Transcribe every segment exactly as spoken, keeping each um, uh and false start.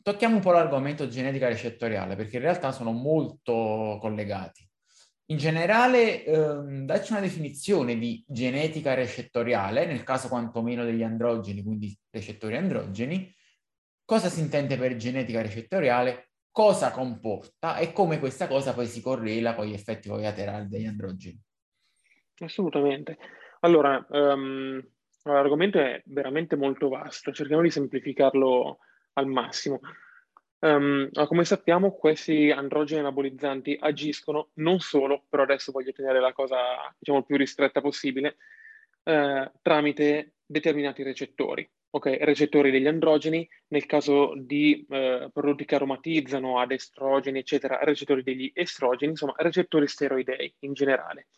tocchiamo un po' l'argomento genetica recettoriale, perché in realtà sono molto collegati. In generale, ehm, dacci una definizione di genetica recettoriale, nel caso quantomeno degli androgeni, quindi recettori androgeni, cosa si intende per genetica recettoriale, cosa comporta e come questa cosa poi si correla con gli effetti collaterali degli androgeni. Assolutamente. Allora, ehm, l'argomento è veramente molto vasto, cerchiamo di semplificarlo al massimo. Ehm, ma come sappiamo, questi androgeni anabolizzanti agiscono non solo, però adesso voglio tenere la cosa, diciamo, il più ristretta possibile, eh, tramite determinati recettori. Ok, recettori degli androgeni, nel caso di eh, prodotti che aromatizzano ad estrogeni, eccetera, recettori degli estrogeni, insomma, recettori steroidei in generale.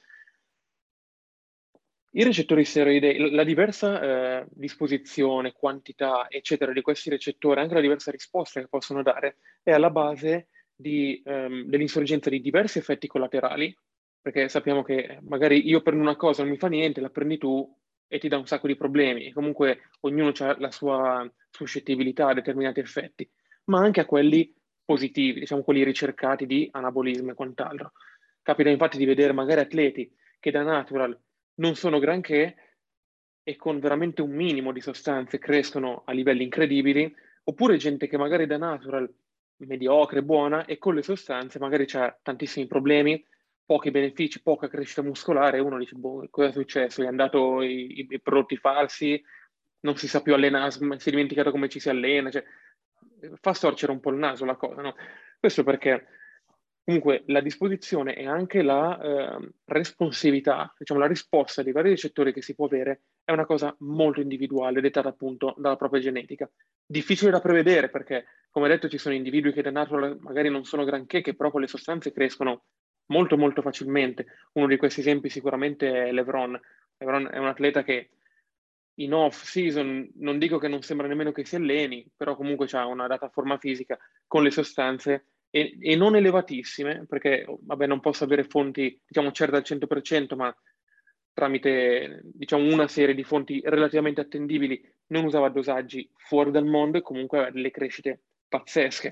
I recettori steroidei, la diversa eh, disposizione, quantità, eccetera, di questi recettori, anche la diversa risposta che possono dare, è alla base di, ehm, dell'insorgenza di diversi effetti collaterali, perché sappiamo che magari io prendo una cosa, non mi fa niente, la prendi tu e ti dà un sacco di problemi. E comunque ognuno ha la sua suscettibilità a determinati effetti, ma anche a quelli positivi, diciamo quelli ricercati di anabolismo e quant'altro. Capita infatti di vedere magari atleti che da natural non sono granché e con veramente un minimo di sostanze crescono a livelli incredibili, oppure gente che magari da natural mediocre, buona, e con le sostanze magari c'ha tantissimi problemi, pochi benefici, poca crescita muscolare, e uno dice, boh, cosa è successo? Gli è andato i, i- i prodotti falsi, non si sa più allenare, si è dimenticato come ci si allena, cioè, fa storcere un po' il naso la cosa, no? Questo perché comunque la disposizione e anche la eh, responsività, diciamo la risposta dei vari recettori che si può avere è una cosa molto individuale, dettata appunto dalla propria genetica. Difficile da prevedere perché, come detto, ci sono individui che da natura magari non sono granché, che però con le sostanze crescono molto molto facilmente. Uno di questi esempi sicuramente è LeBron. LeBron è un atleta che in off season non dico che non sembra nemmeno che si alleni, però comunque ha una data forma fisica con le sostanze e, e non elevatissime, perché vabbè, non posso avere fonti, diciamo, certe al cento per cento, ma tramite, diciamo, una serie di fonti relativamente attendibili, non usava dosaggi fuori dal mondo e comunque aveva delle crescite pazzesche.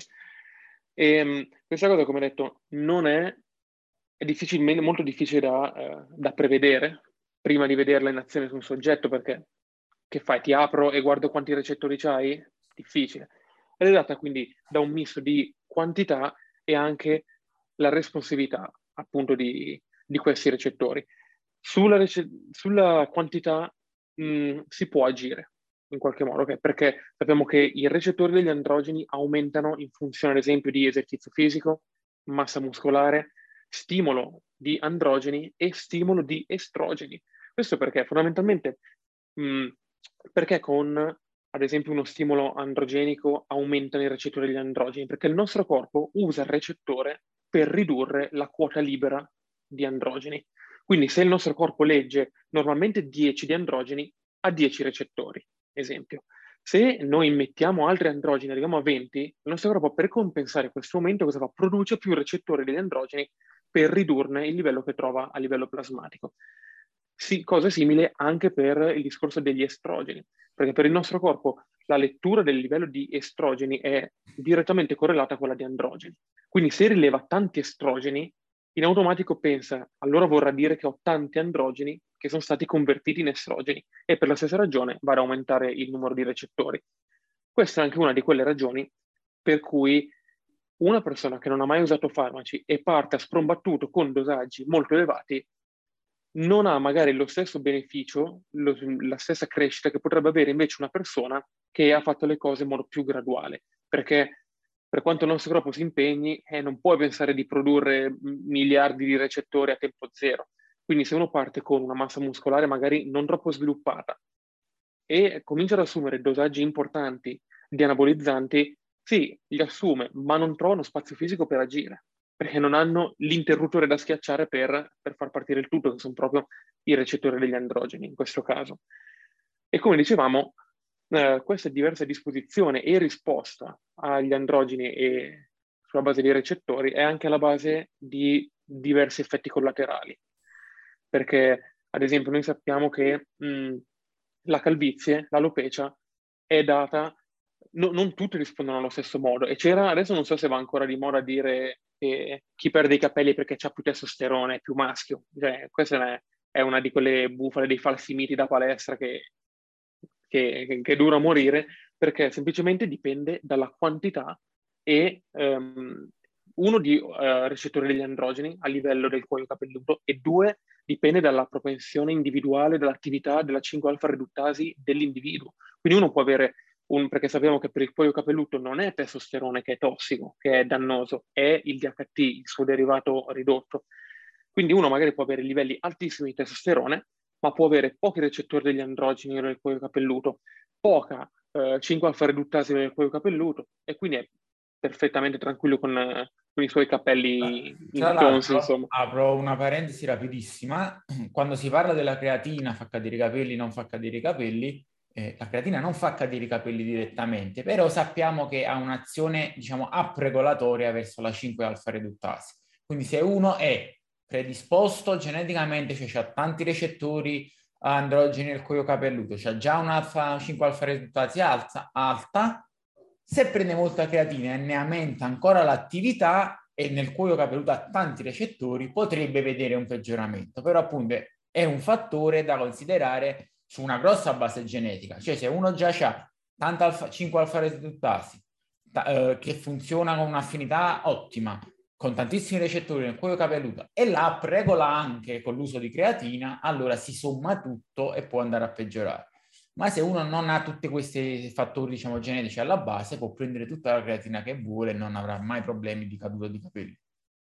E, mh, questa cosa, come detto, non è, è difficilmente, molto difficile da, eh, da prevedere prima di vederla in azione su un soggetto, perché che fai? Ti apro e guardo quanti recettori c'hai? Difficile. Ed è data quindi da un misto di quantità e anche la responsività, appunto, di, di questi recettori. Sulla, rece- sulla quantità mh, si può agire in qualche modo, ok? Perché sappiamo che i recettori degli androgeni aumentano in funzione, ad esempio, di esercizio fisico, massa muscolare, stimolo di androgeni e stimolo di estrogeni. Questo perché fondamentalmente, mh, perché con, ad esempio, uno stimolo androgenico aumentano i recettori degli androgeni? Perché il nostro corpo usa il recettore per ridurre la quota libera di androgeni. Quindi se il nostro corpo legge normalmente dieci di androgeni, ha dieci recettori, esempio. Se noi mettiamo altri androgeni, arriviamo a venti, il nostro corpo per compensare questo aumento cosa fa? Produce più recettori degli androgeni per ridurne il livello che trova a livello plasmatico. Sì, cosa simile anche per il discorso degli estrogeni, perché per il nostro corpo la lettura del livello di estrogeni è direttamente correlata a quella di androgeni. Quindi se rileva tanti estrogeni, in automatico pensa, allora vorrà dire che ho tanti androgeni che sono stati convertiti in estrogeni e per la stessa ragione va ad aumentare il numero di recettori. Questa è anche una di quelle ragioni per cui una persona che non ha mai usato farmaci e parte a sprombattuto con dosaggi molto elevati non ha magari lo stesso beneficio, lo- la stessa crescita che potrebbe avere invece una persona che ha fatto le cose in modo più graduale, perché per quanto il nostro corpo si impegni, eh, non puoi pensare di produrre miliardi di recettori a tempo zero. Quindi se uno parte con una massa muscolare magari non troppo sviluppata e comincia ad assumere dosaggi importanti di anabolizzanti, sì, li assume, ma non trovano spazio fisico per agire, perché non hanno l'interruttore da schiacciare per, per far partire il tutto, che sono proprio i recettori degli androgeni in questo caso. E come dicevamo, eh, questa diversa disposizione e risposta agli androgeni e sulla base dei recettori è anche alla base di diversi effetti collaterali. Perché, ad esempio, noi sappiamo che mh, la calvizie, l'alopecia, è data no- non tutti rispondono allo stesso modo. E c'era, adesso non so se va ancora di moda dire che chi perde i capelli perché c'ha più testosterone, è più maschio. Cioè, questa è, è una di quelle bufale, dei falsi miti da palestra che, che, che dura a morire, perché semplicemente dipende dalla quantità e ehm, uno di eh, recettori degli androgeni a livello del cuoio capelluto e due dipende dalla propensione individuale, dall'attività della cinque alfa reduttasi dell'individuo. Quindi uno può avere un, perché sappiamo che per il cuoio capelluto non è testosterone che è tossico, che è dannoso, è il D H T, il suo derivato ridotto. Quindi uno magari può avere livelli altissimi di testosterone, ma può avere pochi recettori degli androgeni nel cuoio capelluto, poca eh, cinque alfa reduttasi nel cuoio capelluto e quindi è perfettamente tranquillo con, eh, con i suoi capelli Tra tonsi, l'altro, insomma. apro una parentesi rapidissima, quando si parla della creatina fa cadere i capelli, non fa cadere i capelli, eh, la creatina non fa cadere i capelli direttamente, però sappiamo che ha un'azione, diciamo, upregolatoria verso la cinque alfa reduttasi. Quindi se uno è predisposto geneticamente, cioè ha tanti recettori androgeni nel cuoio capelluto, c'ha già una cinque alfa reduttasi alta, alta, se prende molta creatina e ne aumenta ancora l'attività e nel cuoio capelluto ha tanti recettori, potrebbe vedere un peggioramento, però appunto è un fattore da considerare su una grossa base genetica, cioè se uno già ha tanta alfa, cinque alfa reduttasi eh, che funziona con un'affinità ottima, con tantissimi recettori nel cuoio capelluto e l'app regola anche con l'uso di creatina, allora si somma tutto e può andare a peggiorare. Ma se uno non ha tutti questi fattori, diciamo, genetici alla base, può prendere tutta la creatina che vuole e non avrà mai problemi di caduta di capelli.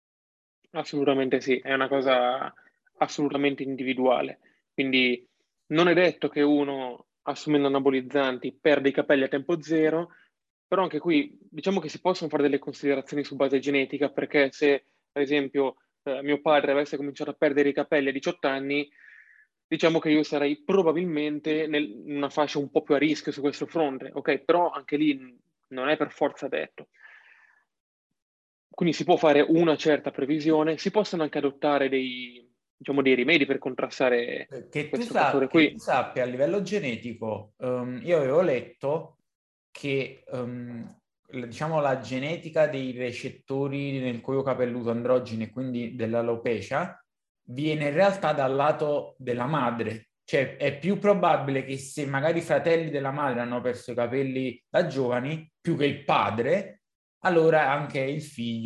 Assolutamente sì, è una cosa assolutamente individuale. Quindi non è detto che uno assumendo anabolizzanti perde i capelli a tempo zero, però anche qui diciamo che si possono fare delle considerazioni su base genetica, perché se ad esempio eh, mio padre avesse cominciato a perdere i capelli a diciotto anni, diciamo che io sarei probabilmente nel- in una fascia un po' più a rischio su questo fronte, ok? Però anche lì non è per forza detto. Quindi si può fare una certa previsione, si possono anche adottare dei, diciamo, dei rimedi per contrastare Che tu, questo sa- fattore che tu qui. sappia a livello genetico, ehm, io avevo letto che ehm, l- diciamo, la genetica dei recettori nel cuoio capelluto androgeni e quindi dell'alopecia viene in realtà dal lato della madre. Cioè è più probabile che se magari i fratelli della madre hanno perso i capelli da giovani, più che il padre, allora anche il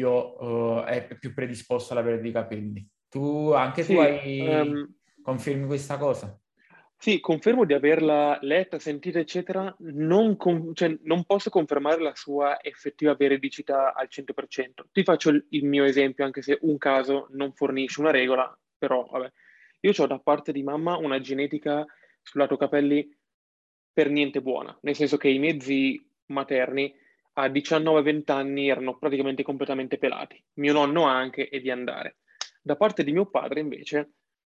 figlio eh, è più predisposto alla perdita di capelli. Tu, anche tu Sì, hai ehm, confermi questa cosa? sì, confermo di averla letta, sentita, eccetera. Non, con- cioè, non posso confermare la sua effettiva veridicità al cento per cento. Ti faccio il, il mio esempio, anche se un caso non fornisce una regola, però vabbè. Io ho da parte di mamma una genetica sul lato capelli per niente buona, nel senso che i miei zii materni a diciannove venti anni erano praticamente completamente pelati, mio nonno anche e di andare. Da parte di mio padre, invece,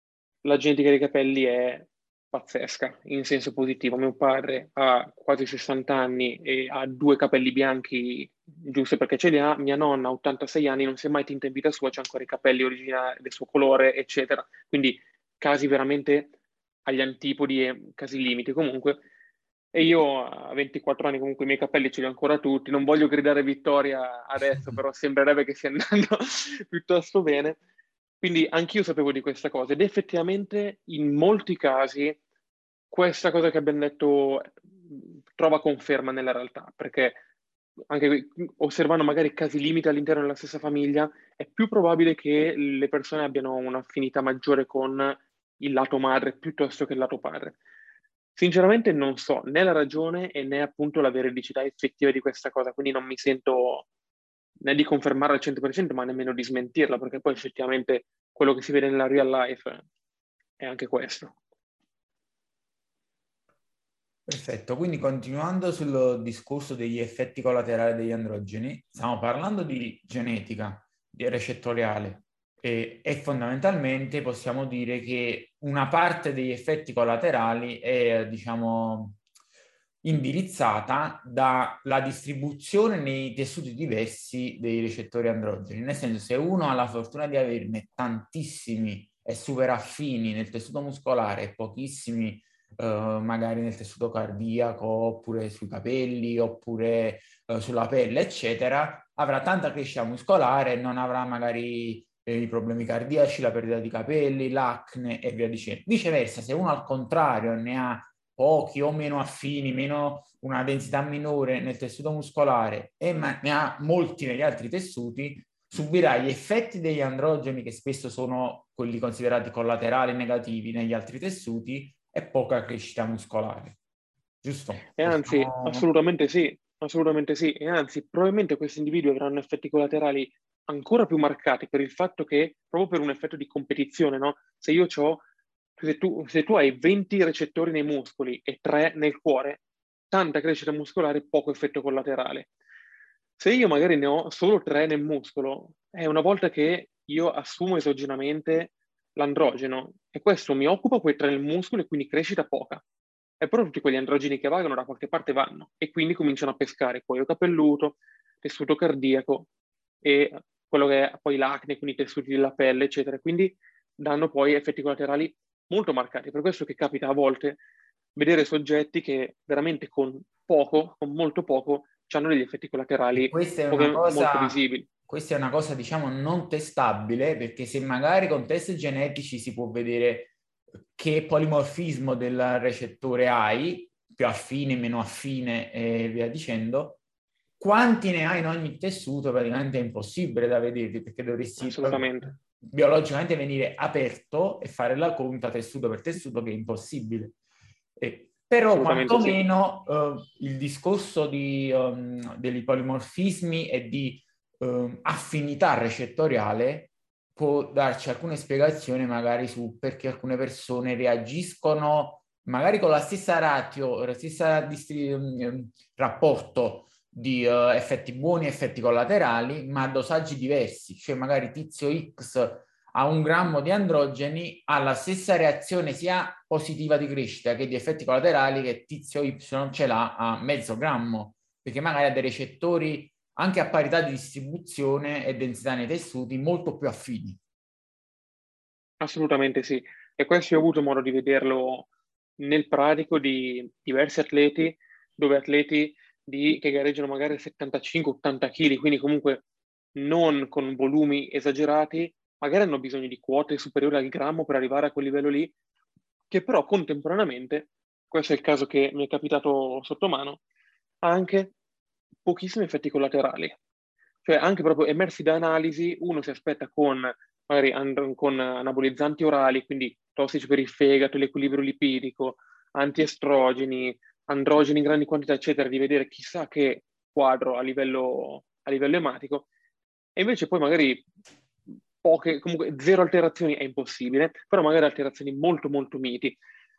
la genetica dei capelli è pazzesca, in senso positivo. Mio padre ha quasi sessanta anni e ha due capelli bianchi giusto perché ce li ha. Mia nonna ha ottantasei anni, non si è mai tinta in vita sua, c'ha ancora i capelli originari del suo colore, eccetera. Quindi casi veramente agli antipodi e casi limiti comunque. E io a ventiquattro anni comunque i miei capelli ce li ho ancora tutti, non voglio gridare vittoria adesso, però sembrerebbe che stia andando piuttosto bene. Quindi anch'io sapevo di questa cosa ed effettivamente in molti casi questa cosa che abbiamo detto mh, trova conferma nella realtà, perché anche qui, osservando magari casi limite all'interno della stessa famiglia, è più probabile che le persone abbiano un'affinità maggiore con il lato madre piuttosto che il lato padre. Sinceramente non so né la ragione e né appunto la veridicità effettiva di questa cosa, quindi non mi sento né di confermarla al cento per cento, ma nemmeno di smentirla, perché poi effettivamente quello che si vede nella real life è anche questo. Perfetto, quindi continuando sul discorso degli effetti collaterali degli androgeni, stiamo parlando di genetica, di recettoriale e, e fondamentalmente possiamo dire che una parte degli effetti collaterali è, diciamo, indirizzata dalla distribuzione nei tessuti diversi dei recettori androgeni. Nel senso, se uno ha la fortuna di averne tantissimi e super affini nel tessuto muscolare e pochissimi eh, magari nel tessuto cardiaco, oppure sui capelli, oppure eh, sulla pelle, eccetera, avrà tanta crescita muscolare, non avrà magari eh, i problemi cardiaci, la perdita di capelli, l'acne e via dicendo. Viceversa, se uno al contrario ne ha pochi o meno affini, meno una densità minore nel tessuto muscolare e ma ne ha molti negli altri tessuti, subirà gli effetti degli androgeni, che spesso sono quelli considerati collaterali negativi negli altri tessuti, e poca crescita muscolare. Giusto? E anzi, Possiamo... assolutamente sì, assolutamente sì. E anzi, probabilmente questi individui avranno effetti collaterali ancora più marcati per il fatto che, proprio per un effetto di competizione, no? Se io ho, se tu, se tu hai venti recettori nei muscoli e tre nel cuore, tanta crescita muscolare, poco effetto collaterale. Se io magari ne ho solo tre nel muscolo, è una volta che io assumo esogenamente l'androgeno e questo mi occupa quei tre nel muscolo e quindi crescita poca. E però tutti quegli androgeni che vagano da qualche parte vanno e quindi cominciano a pescare cuoio capelluto, tessuto cardiaco e quello che è poi l'acne, quindi i tessuti della pelle, eccetera. Quindi danno poi effetti collaterali molto marcati. Per questo che capita a volte vedere soggetti che veramente con poco, con molto poco, hanno degli effetti E collaterali questa è una poche- molto cosa, visibili. questa è una cosa, diciamo, non testabile, perché se magari con test genetici si può vedere che polimorfismo del recettore hai, più affine, meno affine e via dicendo, quanti ne hai in ogni tessuto praticamente è impossibile da vedere, perché dovresti Assolutamente, biologicamente venire aperto e fare la conta tessuto per tessuto, che è impossibile. E, però assolutamente sì. quantomeno eh, il discorso di, um, degli polimorfismi e di um, affinità recettoriale può darci alcune spiegazioni magari su perché alcune persone reagiscono magari con la stessa ratio, la stessa distri- um, rapporto di uh, effetti buoni e effetti collaterali, ma a dosaggi diversi, cioè magari tizio X a un grammo di androgeni ha la stessa reazione sia positiva di crescita che di effetti collaterali che tizio Y ce l'ha a mezzo grammo, perché magari ha dei recettori anche a parità di distribuzione e densità nei tessuti molto più affini. Assolutamente sì. E questo io ho avuto modo di vederlo nel pratico di diversi atleti, dove atleti di- che gareggiano magari settantacinque ottanta chili, quindi comunque non con volumi esagerati, magari hanno bisogno di quote superiori al grammo per arrivare a quel livello lì, che però contemporaneamente, questo è il caso che mi è capitato sotto mano, ha anche pochissimi effetti collaterali. Cioè anche proprio emersi da analisi, uno si aspetta con magari and- con anabolizzanti orali, quindi tossici per il fegato, l'equilibrio lipidico, antiestrogeni, androgeni in grandi quantità, eccetera, di vedere chissà che quadro a livello, a livello ematico, e invece poi magari poche, comunque zero alterazioni è impossibile, però magari alterazioni molto molto miti.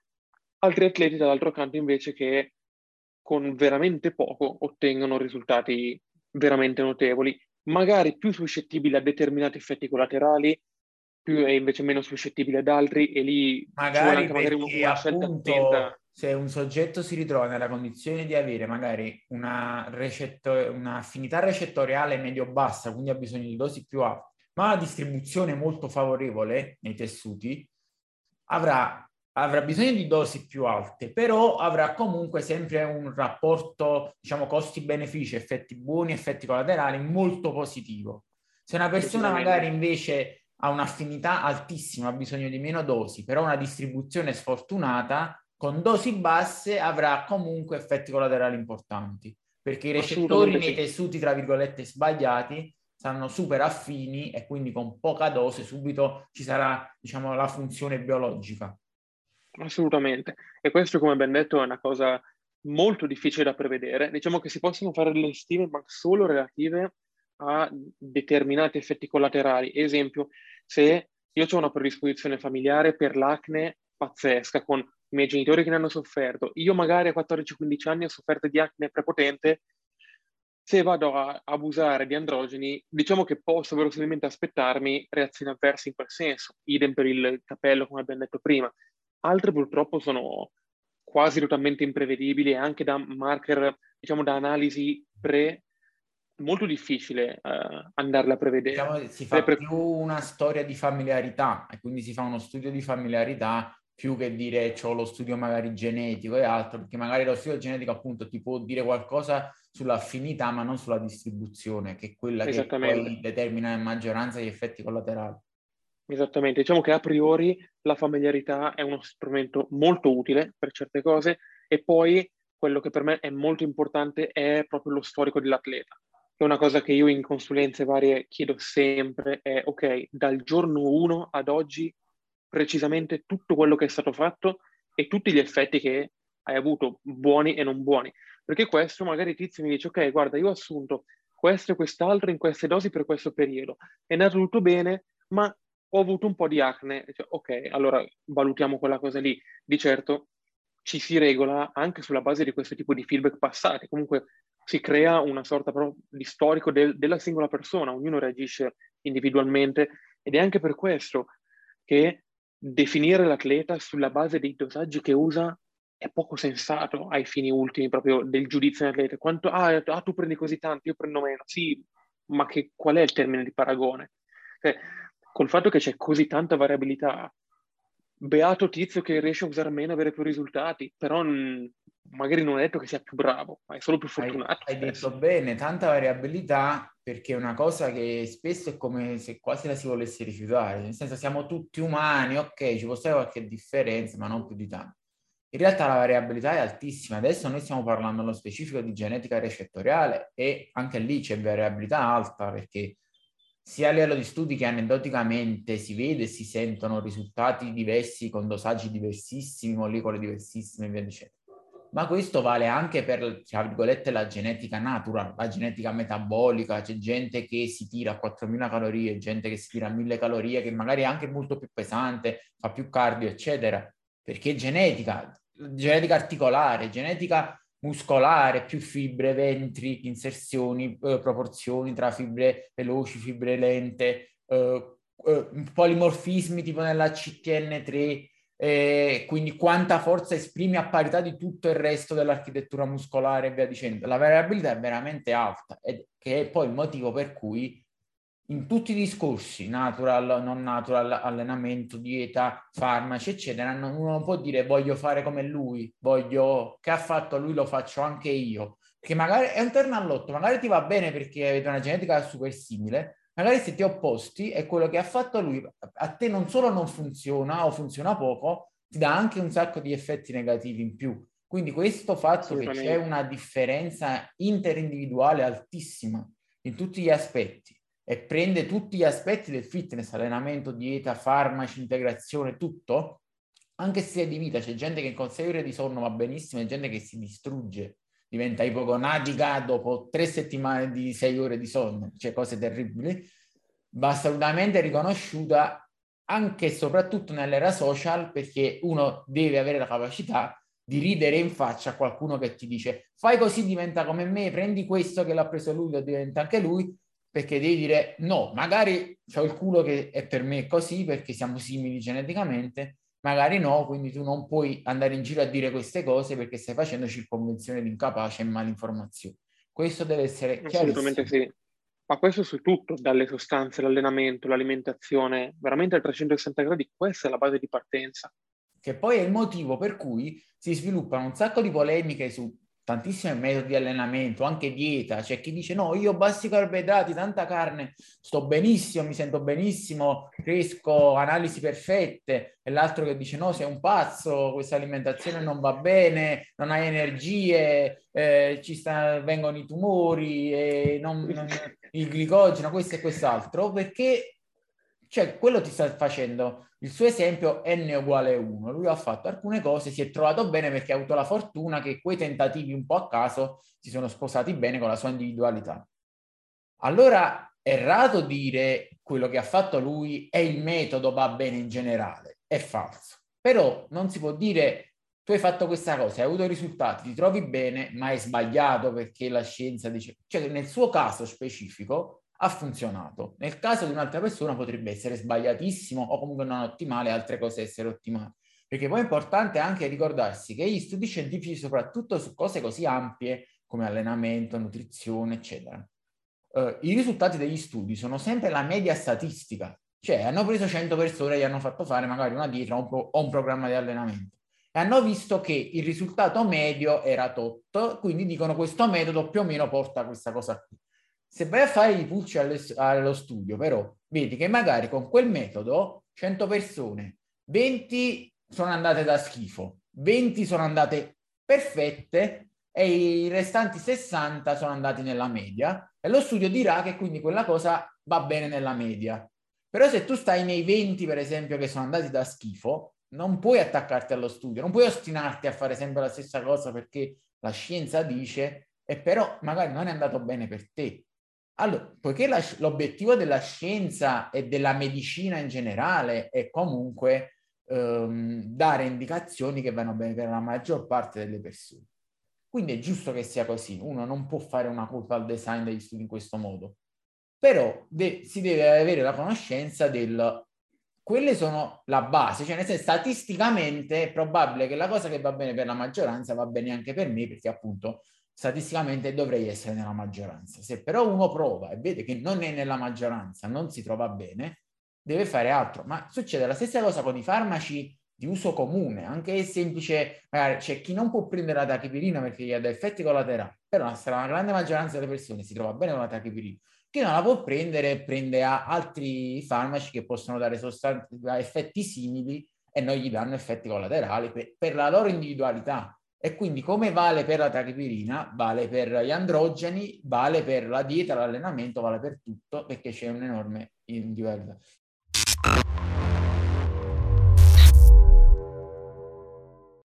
Altri atleti, dall'altro canto, invece, che con veramente poco ottengono risultati veramente notevoli, magari più suscettibili a determinati effetti collaterali, più e invece meno suscettibili ad altri, e lì ci vuole Magari anche magari perché una scelta attenta. appunto se un soggetto si ritrova nella condizione di avere magari una, recetto- una affinità recettoriale medio-bassa, quindi ha bisogno di dosi più alte, ma una distribuzione molto favorevole nei tessuti, avrà, avrà bisogno di dosi più alte, però avrà comunque sempre un rapporto, diciamo, costi-benefici, effetti buoni, effetti collaterali molto positivo. Se una persona magari Decisamente. invece ha un'affinità altissima, ha bisogno di meno dosi, però una distribuzione sfortunata, con dosi basse avrà comunque effetti collaterali importanti, perché i recettori Assolutamente nei sì. tessuti, tra virgolette, sbagliati, saranno super affini e quindi con poca dose subito ci sarà, diciamo, la funzione biologica. Assolutamente. E questo, come ben detto, è una cosa molto difficile da prevedere. Diciamo che si possono fare delle stime, ma solo relative a determinati effetti collaterali. Esempio, se io ho una predisposizione familiare per l'acne pazzesca, con i miei genitori che ne hanno sofferto, io magari a quattordici quindici anni ho sofferto di acne prepotente, se vado a abusare di androgeni, diciamo che posso verosimilmente aspettarmi reazioni avverse in quel senso. Idem per il capello, come abbiamo detto prima. Altre purtroppo sono quasi totalmente imprevedibili e anche da marker, diciamo da analisi pre, molto difficile eh, andarle a prevedere. Diciamo che si Ed è fa per- più una storia di familiarità e quindi si fa uno studio di familiarità più che dire c'ho lo studio magari genetico e altro, perché magari lo studio genetico appunto ti può dire qualcosa sull'affinità, ma non sulla distribuzione, che è quella che Esattamente. poi determina in maggioranza gli effetti collaterali. Esattamente, diciamo che a priori la familiarità è uno strumento molto utile per certe cose e poi quello che per me è molto importante è proprio lo storico dell'atleta. È una cosa che io in consulenze varie chiedo sempre, è ok, dal giorno uno ad oggi precisamente tutto quello che è stato fatto e tutti gli effetti che hai avuto, buoni e non buoni. Perché questo magari Tizio mi dice, ok, guarda, io ho assunto questo e quest'altro in queste dosi per questo periodo, è andato tutto bene, ma ho avuto un po' di acne. Cioè, ok, allora valutiamo quella cosa lì. Di certo ci si regola anche sulla base di questo tipo di feedback passati. Comunque si crea una sorta proprio di storico del- della singola persona, ognuno reagisce individualmente ed è anche per questo che definire l'atleta sulla base dei dosaggi che usa è poco sensato ai fini ultimi proprio del giudizio dell'atleta. Quanto, ah, ah, tu prendi così tanto, io prendo meno. Sì, ma che, qual è il termine di paragone? Cioè, col fatto che c'è così tanta variabilità, beato Tizio che riesce a usare meno e avere più risultati, però mh, magari non è detto che sia più bravo, ma è solo più Hai, fortunato hai detto spesso. bene, tanta variabilità perché è una cosa che spesso è come se quasi la si volesse rifiutare, nel senso siamo tutti umani, ok, ci può stare qualche differenza, ma non più di tanto. In realtà la variabilità è altissima, adesso noi stiamo parlando nello specifico di genetica recettoriale e anche lì c'è variabilità alta perché sia a livello di studi che aneddoticamente si vede e si sentono risultati diversi con dosaggi diversissimi, molecole diversissime e via dicendo. Ma questo vale anche per, tra virgolette, la genetica natural, la genetica metabolica. C'è gente che si tira a quattromila calorie, gente che si tira a mille calorie, che magari è anche molto più pesante, fa più cardio, eccetera, perché è genetica, genetica articolare, genetica muscolare, più fibre, ventri, inserzioni, eh, proporzioni tra fibre veloci, fibre lente, eh, eh, polimorfismi tipo nella C T N tre, eh, quindi quanta forza esprime a parità di tutto il resto dell'architettura muscolare e via dicendo. La variabilità è veramente alta, ed, che è poi il motivo per cui in tutti i discorsi, natural, non natural, allenamento, dieta, farmaci, eccetera, non, uno non può dire voglio fare come lui, voglio che ha fatto lui lo faccio anche io, perché magari è un terno all'otto, magari ti va bene perché avete una genetica super simile, magari se ti opposti e quello che ha fatto lui a te non solo non funziona o funziona poco, ti dà anche un sacco di effetti negativi in più. Quindi questo fatto che c'è Assolutamente. una differenza interindividuale altissima in tutti gli aspetti e prende tutti gli aspetti del fitness, allenamento, dieta, farmaci, integrazione, tutto, anche stile di vita, c'è gente che con sei ore di sonno va benissimo e gente che si distrugge, diventa ipogonatica dopo tre settimane di sei ore di sonno, cioè cose terribili, va assolutamente riconosciuta anche e soprattutto nell'era social, perché uno deve avere la capacità di ridere in faccia a qualcuno che ti dice fai così diventa come me, prendi questo che l'ha preso lui, lo diventa anche lui, perché devi dire no, magari ho il culo che è per me così perché siamo simili geneticamente, magari no, quindi tu non puoi andare in giro a dire queste cose perché stai facendo circonvenzione di incapace e malinformazione. Questo deve essere Assolutamente chiarissimo. sì. Ma questo su tutto, dalle sostanze, l'allenamento, l'alimentazione, veramente a trecentosessanta gradi, questa è la base di partenza. Che poi è il motivo per cui si sviluppano un sacco di polemiche su tantissimi metodi di allenamento, anche dieta. C'è chi dice no, io bassi carboidrati, tanta carne, sto benissimo, mi sento benissimo, cresco, analisi perfette, e l'altro che dice no, sei un pazzo, questa alimentazione non va bene, non hai energie, eh, ci sta, vengono i tumori, e non, non, il glicogeno, questo e quest'altro, perché cioè, quello ti sta facendo il suo esempio n uguale uno. Lui ha fatto alcune cose, si è trovato bene perché ha avuto la fortuna che quei tentativi un po' a caso si sono sposati bene con la sua individualità. Allora, è errato dire quello che ha fatto lui e il metodo va bene in generale. È falso. Però non si può dire tu hai fatto questa cosa, hai avuto risultati, ti trovi bene, ma hai sbagliato perché la scienza dice... Cioè, nel suo caso specifico ha funzionato. Nel caso di un'altra persona potrebbe essere sbagliatissimo o comunque non ottimale, altre cose essere ottimali. Perché poi è importante anche ricordarsi che gli studi scientifici, soprattutto su cose così ampie come allenamento, nutrizione, eccetera, eh, i risultati degli studi sono sempre la media statistica, Cioè hanno preso cento persone e gli hanno fatto fare magari una dieta o un, pro- o un programma di allenamento e hanno visto che il risultato medio era tot, quindi dicono questo metodo più o meno porta a questa cosa qui. Se vai a fare i pulci alle- allo studio, però, vedi che magari con quel metodo cento persone, venti sono andate da schifo, venti sono andate perfette e i restanti sessanta sono andati nella media e lo studio dirà che quindi quella cosa va bene nella media. Però se tu stai nei venti, per esempio, che sono andati da schifo, non puoi attaccarti allo studio, non puoi ostinarti a fare sempre la stessa cosa perché la scienza dice e però magari non è andato bene per te. Allora, poiché la, l'obiettivo della scienza e della medicina in generale è comunque ehm, dare indicazioni che vanno bene per la maggior parte delle persone. Quindi è giusto che sia così, uno non può fare una colpa al design degli studi in questo modo, però de- si deve avere la conoscenza del quelle sono la base, cioè nel senso statisticamente è probabile che la cosa che va bene per la maggioranza va bene anche per me perché appunto statisticamente dovrei essere nella maggioranza. Se però uno prova e vede che non è nella maggioranza, non si trova bene, deve fare altro. Ma succede la stessa cosa con i farmaci di uso comune, anche semplice, magari c'è chi non può prendere la tachipirina perché gli ha dei effetti collaterali, però la grande maggioranza delle persone si trova bene con la tachipirina. Chi non la può prendere prende altri farmaci che possono dare sostanze, effetti simili e non gli danno effetti collaterali per, per la loro individualità. E quindi come vale per la tachipirina, vale per gli androgeni, vale per la dieta, l'allenamento, vale per tutto perché c'è un'enorme individualità.